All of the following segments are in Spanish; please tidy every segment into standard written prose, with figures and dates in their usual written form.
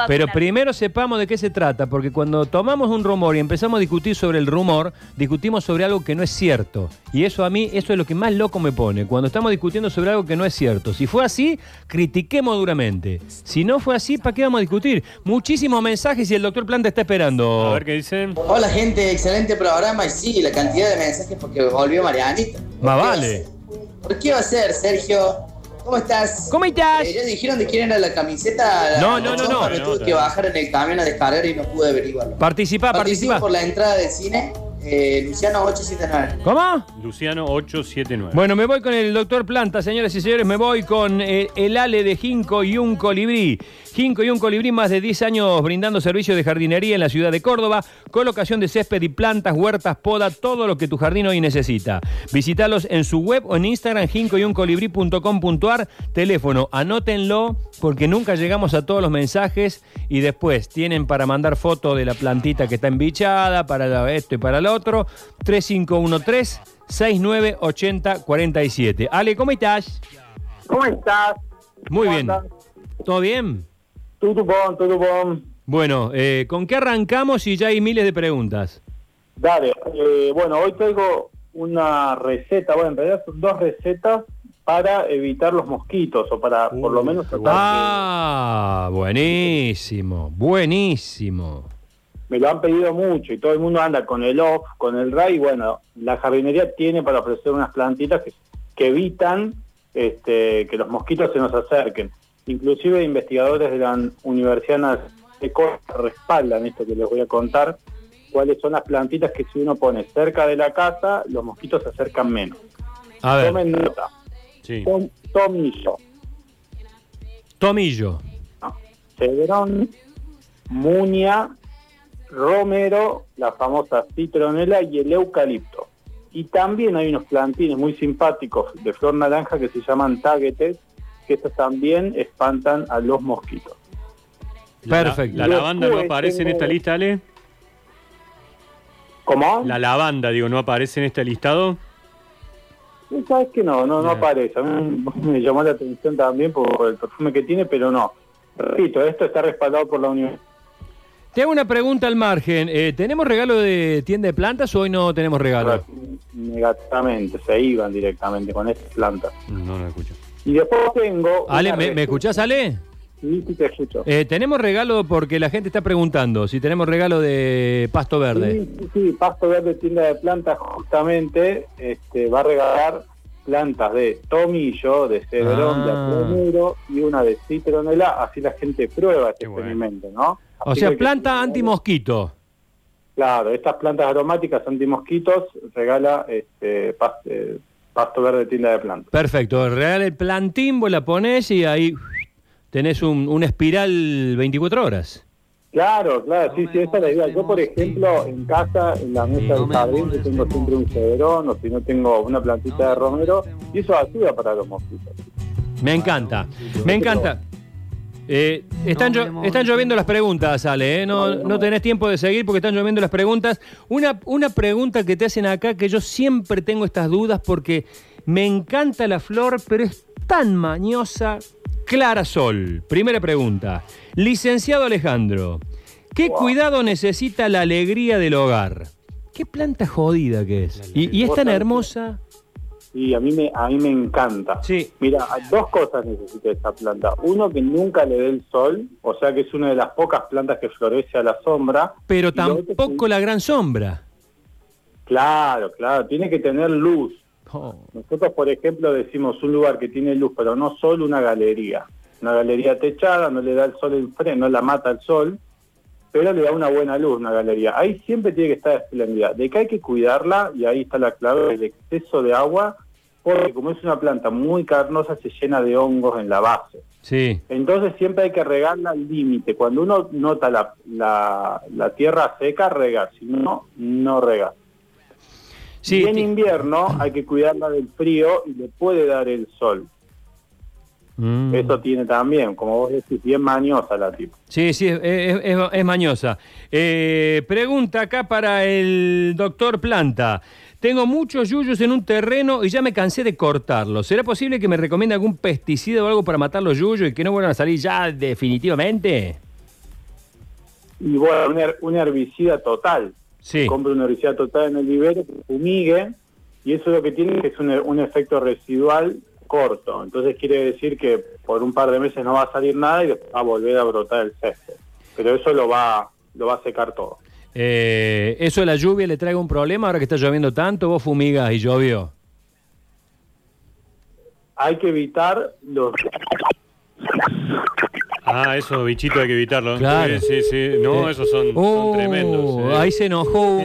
Pero primero sepamos de qué se trata, porque cuando tomamos un rumor y empezamos a discutir sobre el rumor, discutimos sobre algo que no es cierto. Y eso a mí, eso es lo que más loco me pone, cuando estamos discutiendo sobre algo que no es cierto. Si fue así, critiquemos duramente. Si no fue así, ¿para qué vamos a discutir? Muchísimos mensajes y el doctor Planta está esperando. A ver qué dicen. Hola gente, excelente programa y sí, la cantidad de mensajes porque volvió Marianita. Más vale. ¿Por qué va a ser, Sergio? ¿Cómo estás? ¿Cómo estás? ¿Ya dijeron de quién era la camiseta? No. Me tuve que bajar en el camión a descargar y no pude averiguarlo. Participa. Por la entrada del cine. Luciano 879. ¿Cómo? Luciano 879. Bueno, me voy con el doctor Planta, señoras y señores, me voy con el Ale de Ginkgo y un colibrí. Ginkgo y un colibrí, más de 10 años brindando servicios de jardinería en la ciudad de Córdoba, colocación de césped y plantas, huertas, poda, todo lo que tu jardín hoy necesita. Visítalos en su web o en Instagram, ginkgoyuncolibrí.com.ar, teléfono, anótenlo, porque nunca llegamos a todos los mensajes y después tienen para mandar foto de la plantita que está embichada, para esto y para lo otro, 3513-698047. Ale, ¿cómo estás? ¿Cómo estás? Muy ¿Cómo bien. andas? ¿Todo bien? Todo bom. Bueno, ¿con qué arrancamos y ya hay miles de preguntas? Dale, bueno, hoy traigo una receta, bueno, en realidad son 2 recetas para evitar los mosquitos, o para por lo menos tratar buenísimo. Me lo han pedido mucho y todo el mundo anda con el off, con el RAI, y bueno, la jardinería tiene para ofrecer unas plantitas que evitan que los mosquitos se nos acerquen. Inclusive investigadores de la Universidad de Córdoba respaldan esto que les voy a contar, cuáles son las plantitas que si uno pone cerca de la casa, los mosquitos se acercan menos. A ver. Tomen nota. Sí. Tomillo. Cedrón, muña, romero, la famosa citronela y el eucalipto. Y también hay unos plantines muy simpáticos de flor naranja que se llaman tágetes, que estos también espantan a los mosquitos. Perfecto. ¿La lavanda no aparece en esta lista, Ale? ¿Cómo? La lavanda, digo, ¿no aparece en este listado? Sabes que no aparece. A mí me llamó la atención también por el perfume que tiene, pero no. Repito, esto está respaldado por la universidad. Te hago una pregunta al margen. ¿Tenemos regalo de tienda de plantas o hoy no tenemos regalo? Negativamente, se iban directamente con estas plantas. No lo escucho. Y después tengo... Ale, ¿me escuchás, Ale? Sí, te escucho. Tenemos regalo porque la gente está preguntando si tenemos regalo de pasto verde. Sí, Pasto Verde, tienda de plantas, justamente va a regalar plantas de tomillo, de cedrón, de romero y una de citronela, así la gente prueba este experimento, ¿no? O Así sea, que planta antimosquito. Claro, estas plantas aromáticas antimosquitos regala Pasto Verde, tienda de plantas. Perfecto, regala el plantín, vos la ponés y ahí tenés una espiral 24 horas. Claro, sí, esa es la idea. Yo, por ejemplo, en casa, en la mesa del jardín, yo tengo siempre un cedrón, o si no tengo una plantita de romero, y eso ayuda para los mosquitos. Me encanta. Están lloviendo las preguntas, Ale, no tenés tiempo de seguir porque están lloviendo las preguntas. Una pregunta que te hacen acá, que yo siempre tengo estas dudas porque me encanta la flor, pero es tan mañosa. Clara Sol, primera pregunta. Licenciado Alejandro, ¿qué cuidado necesita la alegría del hogar? Qué planta jodida que es. Y es tan hermosa. Sí, a mí me encanta. Sí. Mira, 2 cosas necesita esta planta. Uno, que nunca le dé el sol, o sea que es una de las pocas plantas que florece a la sombra. Pero tampoco la gran sombra. Claro, tiene que tener luz. Oh. Nosotros, por ejemplo, decimos un lugar que tiene luz, pero no solo una galería. Una galería techada, no le da el sol enfrente, no la mata el sol, pero le da una buena luz una galería. Ahí siempre tiene que estar espléndida. De que hay que cuidarla, y ahí está la clave, el exceso de agua, porque como es una planta muy carnosa, se llena de hongos en la base. Sí. Entonces siempre hay que regarla al límite. Cuando uno nota la tierra seca, regar. Si no, no regar. Sí, y en invierno hay que cuidarla del frío y le puede dar el sol. Eso tiene también, como vos decís, bien mañosa la tipa. Sí, es mañosa. Pregunta acá para el doctor Planta. Tengo muchos yuyos en un terreno y ya me cansé de cortarlos. ¿Será posible que me recomiende algún pesticida o algo para matar los yuyos y que no vuelvan a salir ya definitivamente? Y bueno, un herbicida total. Sí. Compre un herbicida total en el vivero, que fumigue, y eso lo que tiene es un efecto residual corto. Entonces quiere decir que por un par de meses no va a salir nada y después va a volver a brotar el césped. Pero eso lo va a secar todo. ¿Eso de la lluvia le trae un problema ahora que está lloviendo tanto? ¿Vos fumigas y llovió? Hay que evitar los... Ah, esos bichitos hay que evitarlos. Claro. Sí. No, esos son tremendos. Ahí se enojó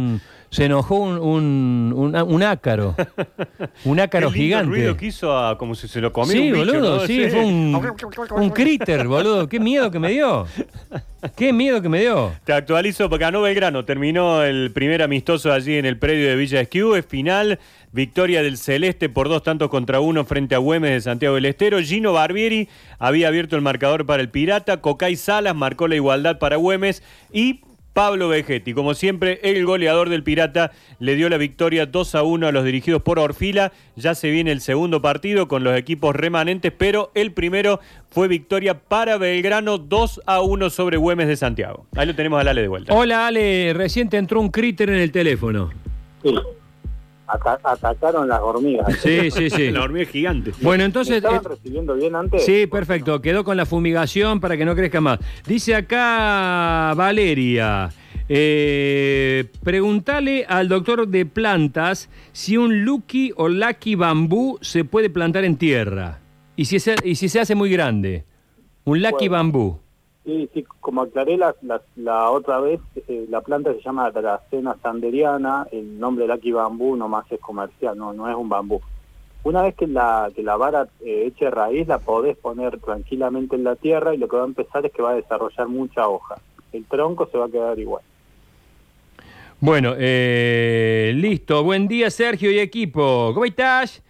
un ácaro. Un ácaro Qué lindo gigante. El ruido que hizo como si se lo comiera Sí, un bicho, boludo, ¿no? sí, fue un critter, boludo. Qué miedo que me dio. Qué miedo que me dio. Te actualizo porque ganó Belgrano. Terminó el primer amistoso allí en el predio de Villa Esquiú. Es final. Victoria del Celeste por 2-1 frente a Güemes de Santiago del Estero. Gino Barbieri había abierto el marcador para el Pirata. Cocay Salas marcó la igualdad para Güemes. Y Pablo Vegetti, como siempre, el goleador del Pirata, le dio la victoria 2-1 a los dirigidos por Orfila. Ya se viene el segundo partido con los equipos remanentes, pero el primero fue victoria para Belgrano 2-1 sobre Güemes de Santiago. Ahí lo tenemos al Ale de vuelta. Hola, Ale. Recién te entró un critter en el teléfono. Sí. Atacaron las hormigas. Sí. La hormiga es gigante. Bueno, entonces... ¿Estaban recibiendo bien antes? Sí, perfecto. Quedó con la fumigación para que no crezca más. Dice acá Valeria, preguntale al doctor de plantas si un Lucky o Lucky bambú se puede plantar en tierra. Y si se hace muy grande. Un Lucky bambú. Sí, como aclaré la otra vez, la planta se llama Dracena sanderiana, el nombre de Lucky bambú nomás es comercial, no es un bambú. Una vez que la vara eche raíz, la podés poner tranquilamente en la tierra y lo que va a empezar es que va a desarrollar mucha hoja. El tronco se va a quedar igual. Bueno, listo. Buen día, Sergio y equipo. ¿Cómo estás?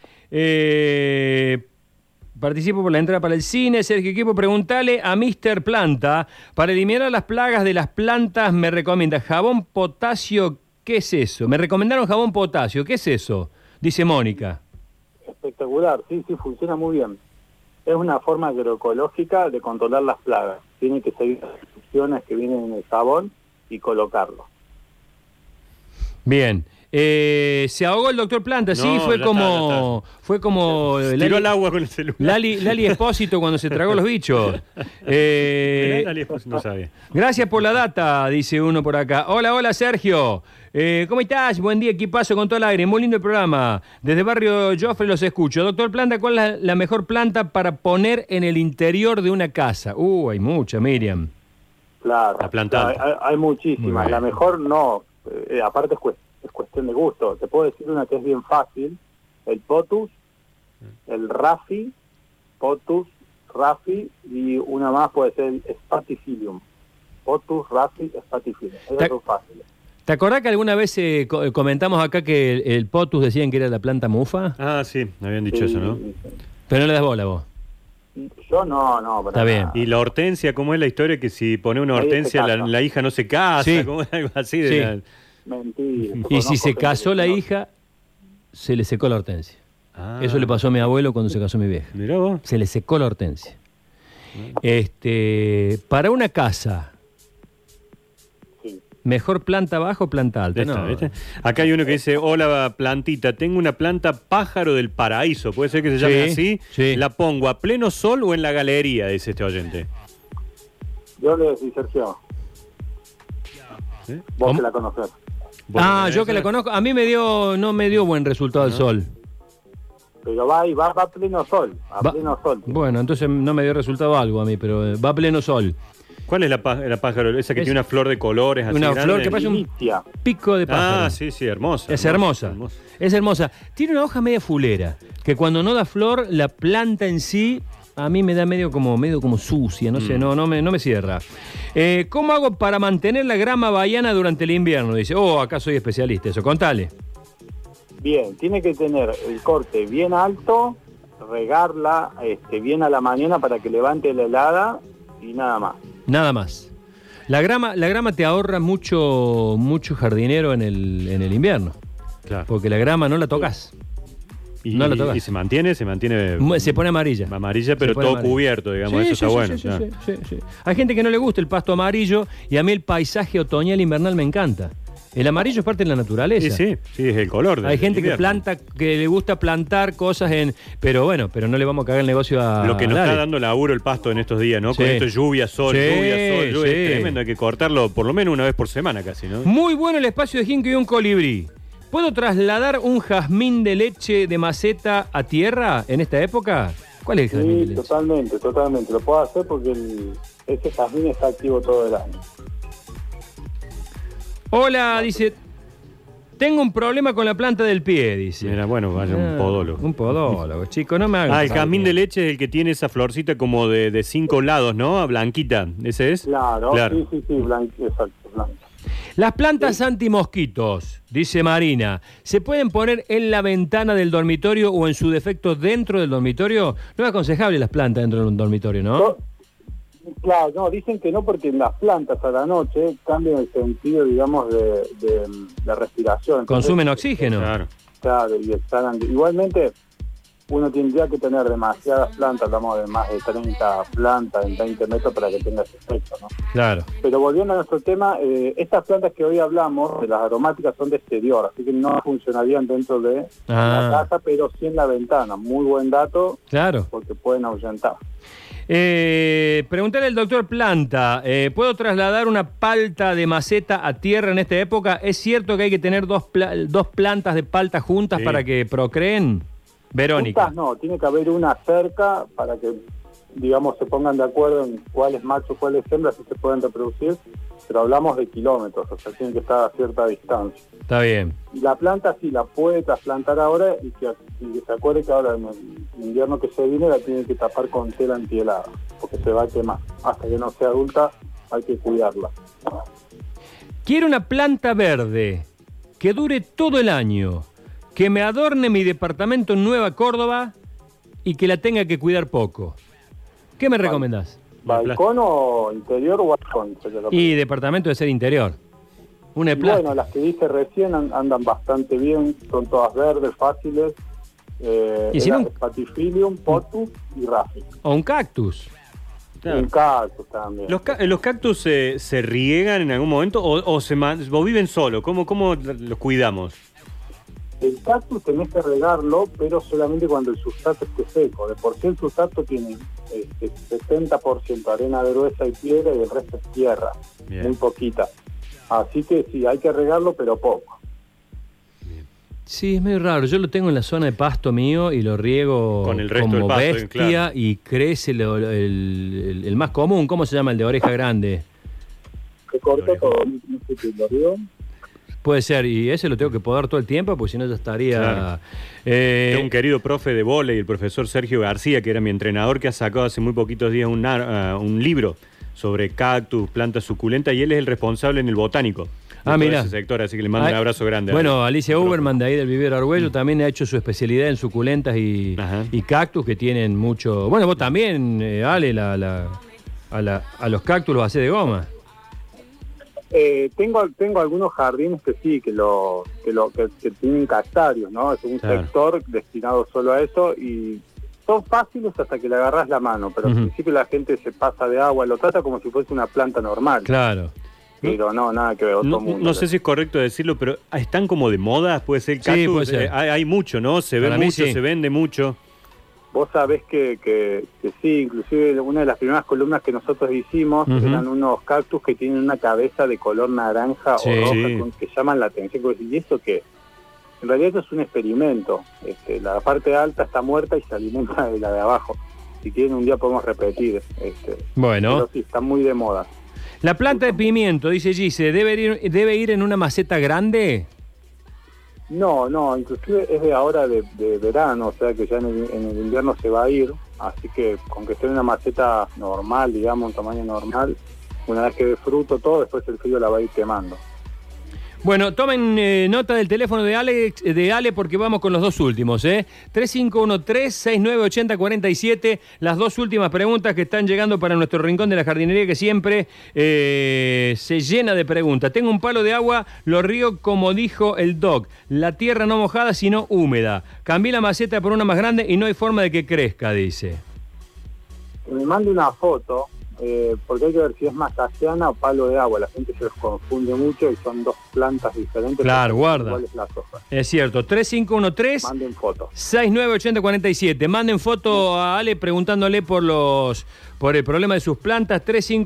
Participo por la entrada para el cine. Sergio Equipo, preguntale a Mr. Planta. Para eliminar las plagas de las plantas me recomienda jabón potasio. ¿Qué es eso? Me recomendaron jabón potasio. ¿Qué es eso? Dice Mónica. Espectacular, sí, funciona muy bien. Es una forma agroecológica de controlar las plagas. Tiene que seguir las instrucciones que vienen en el jabón y colocarlo. Bien. Se ahogó el doctor Planta, sí, fue como tiró al agua con el celular. Lali Espósito cuando se tragó los bichos. Lali Espósito no sabía. Gracias por la data, dice uno por acá. Hola Sergio. ¿Cómo estás? Buen día, equipazo con todo el aire. Muy lindo el programa. Desde Barrio Joffre los escucho. Doctor Planta, ¿cuál es la mejor planta para poner en el interior de una casa? Hay mucha, Miriam. Claro, la plantante. Hay muchísimas. La mejor no, aparte es cuestión de gusto. Te puedo decir una que es bien fácil: el potus, el rafi, y una más puede ser el spatifilium. Potus, rafi, spatifilium. Esas son fáciles. ¿Te acordás que alguna vez comentamos acá que el potus decían que era la planta mufa? Ah, sí, habían dicho eso, ¿no? Sí. Pero no le das bola vos. Yo no. Está bien. ¿Y la hortensia, cómo es la historia? Que si pone una hortensia la hija no se casa, sí. ¿cómo es algo así? Sí. Mentira. Y si se casó la hija, se le secó la hortensia. Eso le pasó a mi abuelo cuando se casó mi vieja. Mirá vos. Se le secó la hortensia. Para una casa, mejor planta baja o planta alta. Está, No. ¿viste? Acá hay uno que dice: hola plantita, tengo una planta pájaro del paraíso, puede ser que se llame así. Sí. ¿La pongo a pleno sol o en la galería? Dice este oyente. Yo le decía, Sergio, ¿Sí? vos ¿Cómo? que la conocés. Bueno, Yo que la conozco, a mí no me dio buen resultado el sol. Pero va a pleno sol, pleno sol. Bueno, entonces no me dio resultado algo a mí, pero va a pleno sol. ¿Cuál es la pájaro? Esa que tiene una flor de colores así Una grande. flor que parece un Inicia. pico de pájaro. Sí, hermosa. Es hermosa. Es hermosa. Tiene una hoja media fulera, que cuando no da flor, la planta en sí, a mí me da medio como sucia, no sé, no me cierra. ¿Cómo hago para mantener la grama bahiana durante el invierno? Dice, acá soy especialista, eso, contale. Bien, tiene que tener el corte bien alto, regarla bien a la mañana para que levante la helada y nada más. Nada más. La grama te ahorra mucho jardinero en el invierno. Claro. Porque la grama no la tocas. No lo tocas. Y se mantiene. Se pone amarilla. Amarilla, pero todo amarilla. Cubierto, digamos. Sí, Eso sí, está sí, bueno. sí, Claro. sí. Hay gente que no le gusta el pasto amarillo y a mí el paisaje otoñal e invernal me encanta. El amarillo es parte de la naturaleza. Sí, es el color. Hay gente que le gusta plantar cosas pero no le vamos a cagar el negocio a Lo que nos Lali. está dando laburo el pasto en estos días, ¿no? Sí. Con esto lluvia, sol, Sí, lluvia. sí. Es tremendo, hay que cortarlo por lo menos una vez por semana casi, ¿no? Muy bueno el espacio de Ginkgo y un colibrí. ¿Puedo trasladar un jazmín de leche de maceta a tierra en esta época? ¿Cuál es el jazmín de Sí, leche? totalmente. Lo puedo hacer porque ese jazmín está activo todo el año. Hola, dice... Tengo un problema con la planta del pie, dice. Mira, bueno, vaya un podólogo. Un podólogo, chico, no me hagan... El jazmín de leche es el que tiene esa florcita como de 5 lados, ¿no? Blanquita, ¿ese es? Claro. Sí, exacto, blanco. Las plantas antimosquitos, dice Marina, ¿se pueden poner en la ventana del dormitorio o en su defecto dentro del dormitorio? No es aconsejable las plantas dentro de un dormitorio, ¿no? Claro, no, dicen que no porque las plantas a la noche cambian el sentido, digamos, de respiración. Entonces, Consumen oxígeno. Claro, y exhalan. Igualmente, uno tendría que tener demasiadas plantas, hablamos de más de 30 plantas en 20 metros para que tenga ese efecto, ¿no? Claro. Pero volviendo a nuestro tema, estas plantas que hoy hablamos, de las aromáticas, son de exterior, así que no funcionarían dentro de la casa, pero sí en la ventana. Muy buen dato, Claro. porque pueden ahuyentar. Preguntarle al doctor Planta, ¿puedo trasladar una palta de maceta a tierra en esta época? ¿Es cierto que hay que tener dos plantas de palta juntas para que procreen? Verónica. Juntas no, tiene que haber una cerca para que, digamos, se pongan de acuerdo en cuál es macho, cuál es hembra, si se pueden reproducir, pero hablamos de kilómetros, o sea, tienen que estar a cierta distancia. Está bien. Y la planta sí la puede trasplantar ahora y que se acuerde que ahora en el invierno que se viene la tienen que tapar con tela antihelada, porque se va a quemar. Hasta que no sea adulta hay que cuidarla. Quiero una planta verde que dure todo el año, que me adorne mi departamento en Nueva Córdoba y que la tenga que cuidar poco. ¿Qué me recomendás? ¿Balcón o interior o balcón? Y departamento de ser interior. Una de plástico. Bueno, las que dije recién andan bastante bien, son todas verdes, fáciles. ¿Y si no? Patifilium, potus y rafi. O un cactus. Claro. Un cactus también. ¿Los cactus se riegan en algún momento o viven solo? ¿Cómo los cuidamos? El cactus tenés que regarlo, pero solamente cuando el sustrato esté seco. De por sí el sustrato tiene 70% arena gruesa y piedra y el resto es tierra, Bien. muy poquita. Así que sí, hay que regarlo, pero poco. Sí, es medio raro. Yo lo tengo en la zona de pasto mío y lo riego Con el resto como del pasto, bestia claro. y crece el más común. ¿Cómo se llama el de oreja grande? Se cortó todo, no sé qué lo dio. Puede ser, y ese lo tengo que podar todo el tiempo, porque si no ya estaría... Claro. Tengo un querido profe de vóley, el profesor Sergio García, que era mi entrenador, que ha sacado hace muy poquitos días un libro sobre cactus, plantas suculentas, y él es el responsable en el botánico. Mira. Ese sector, así que le mando un abrazo grande. Bueno, Alicia Uberman, de ahí del Vivero Argüello, también ha hecho su especialidad en suculentas y cactus, que tienen mucho... Bueno, vos también, Ale, a los cactus los hacés de goma. Tengo algunos jardines que sí, que tienen cactarios, ¿no? Es un sector destinado solo a eso y son fáciles hasta que le agarrás la mano, pero al principio la gente se pasa de agua, lo trata como si fuese una planta normal. Claro. Pero no, nada que ver. No sé si es correcto decirlo, pero están como de moda, puede ser cactus. Sí, puede ser. Hay mucho, ¿no? Se ve mucho, se vende mucho. Vos sabés que sí, inclusive una de las primeras columnas que nosotros hicimos eran unos cactus que tienen una cabeza de color naranja o roja que llaman la atención. ¿Y eso qué? En realidad esto es un experimento. La parte alta está muerta y se alimenta de la de abajo. Si quieren un día podemos repetir. Bueno. Pero sí, está muy de moda. La planta de pimiento, dice Gise, ¿debe ir en una maceta grande? No, inclusive es de ahora de verano, o sea que ya en el invierno se va a ir, así que con que esté en una maceta normal, digamos, un tamaño normal, una vez que dé fruto todo, después el frío la va a ir quemando. Bueno, tomen nota del teléfono de Ale porque vamos con los dos últimos, 3513-698047, las dos últimas preguntas que están llegando para nuestro rincón de la jardinería que siempre se llena de preguntas. Tengo un palo de agua, lo río como dijo el doc, la tierra no mojada sino húmeda. Cambié la maceta por una más grande y no hay forma de que crezca, dice. Que me mande una foto, porque hay que ver si es macasiana o palo de agua. La gente se los confunde mucho y son dos plantas diferentes. Claro, guarda. ¿Cuál es la hoja? Es cierto, 3513 Manden foto. 698047. Manden foto a Ale preguntándole por el problema de sus plantas.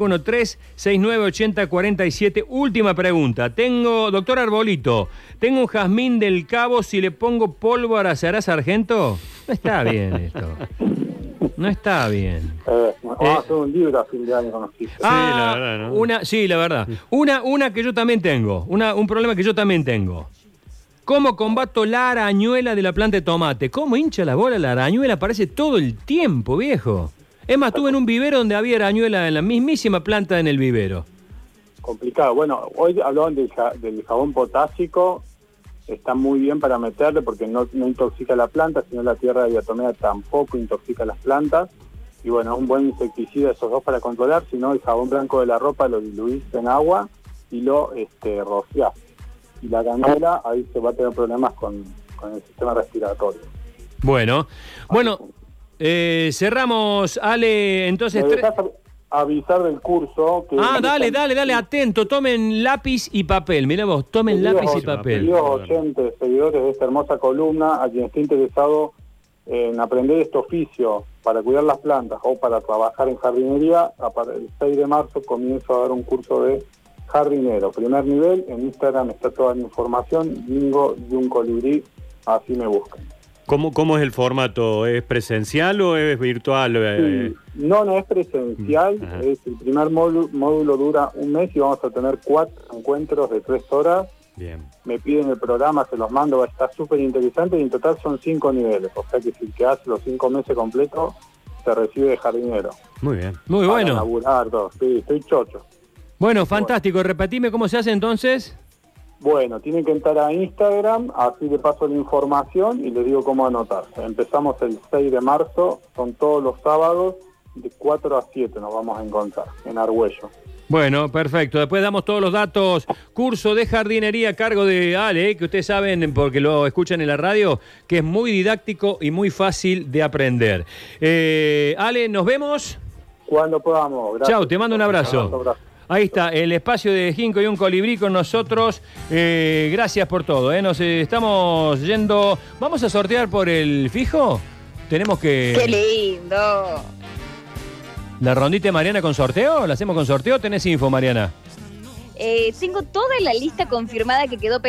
3513-698047. Última pregunta. Doctor Arbolito, tengo un jazmín del Cabo, si le pongo pólvora, ¿se hará sargento? No está bien esto. No está bien. Vamos a hacer un libro a fin de año con los chistes. la verdad, ¿no? La verdad. Una que yo también tengo. Un problema que yo también tengo. ¿Cómo combato la arañuela de la planta de tomate? ¿Cómo hincha la bola la arañuela? Aparece todo el tiempo, viejo. Es más, estuve en un vivero donde había arañuela en la mismísima planta en el vivero. Complicado. Bueno, hoy hablaban del jabón potásico. Está muy bien para meterle porque no intoxica la planta, sino la tierra de diatomea tampoco intoxica las plantas. Y bueno, un buen insecticida esos dos para controlar, si no el jabón blanco de la ropa lo diluís en agua y lo rociás. Y la arañuela ahí se va a tener problemas con el sistema respiratorio. Bueno, cerramos, Ale, entonces... ¿Me dejás avisar del curso? Que dale, atento, tomen lápiz y papel, mirá vos, tomen lápiz y papel. Queridos oyentes, seguidores de esta hermosa columna, a quien esté interesado en aprender este oficio para cuidar las plantas o para trabajar en jardinería, el 6 de marzo comienzo a dar un curso de jardinero, primer nivel. En Instagram está toda la información, Bingo y un colibrí, así me buscan. ¿Cómo es el formato? ¿Es presencial o es virtual? Sí. No es presencial. El primer módulo dura un mes y vamos a tener 4 encuentros de 3 horas. Bien. Me piden el programa, se los mando, va a estar súper interesante y en total son 5 niveles. O sea que si el que hace los 5 meses completos se recibe de jardinero. Muy bien. Muy bueno. Para laburar todo. Sí, estoy chocho. Bueno, fantástico. Repetime cómo se hace entonces. Bueno, tienen que entrar a Instagram, así le paso la información y les digo cómo anotarse. Empezamos el 6 de marzo, son todos los sábados, de 4 a 7 nos vamos a encontrar, en Argüello. Bueno, perfecto. Después damos todos los datos. Curso de jardinería a cargo de Ale, que ustedes saben, porque lo escuchan en la radio, que es muy didáctico y muy fácil de aprender. Ale, ¿nos vemos? Cuando podamos. Gracias. Chau, te mando un abrazo. Ahí está, el espacio de Ginkgo y un colibrí con nosotros. Gracias por todo. Nos estamos yendo. ¿Vamos a sortear por el fijo? Tenemos que... ¡Qué lindo! ¿La rondita de Mariana con sorteo? ¿La hacemos con sorteo? ¿Tenés info, Mariana? Tengo toda la lista confirmada que quedó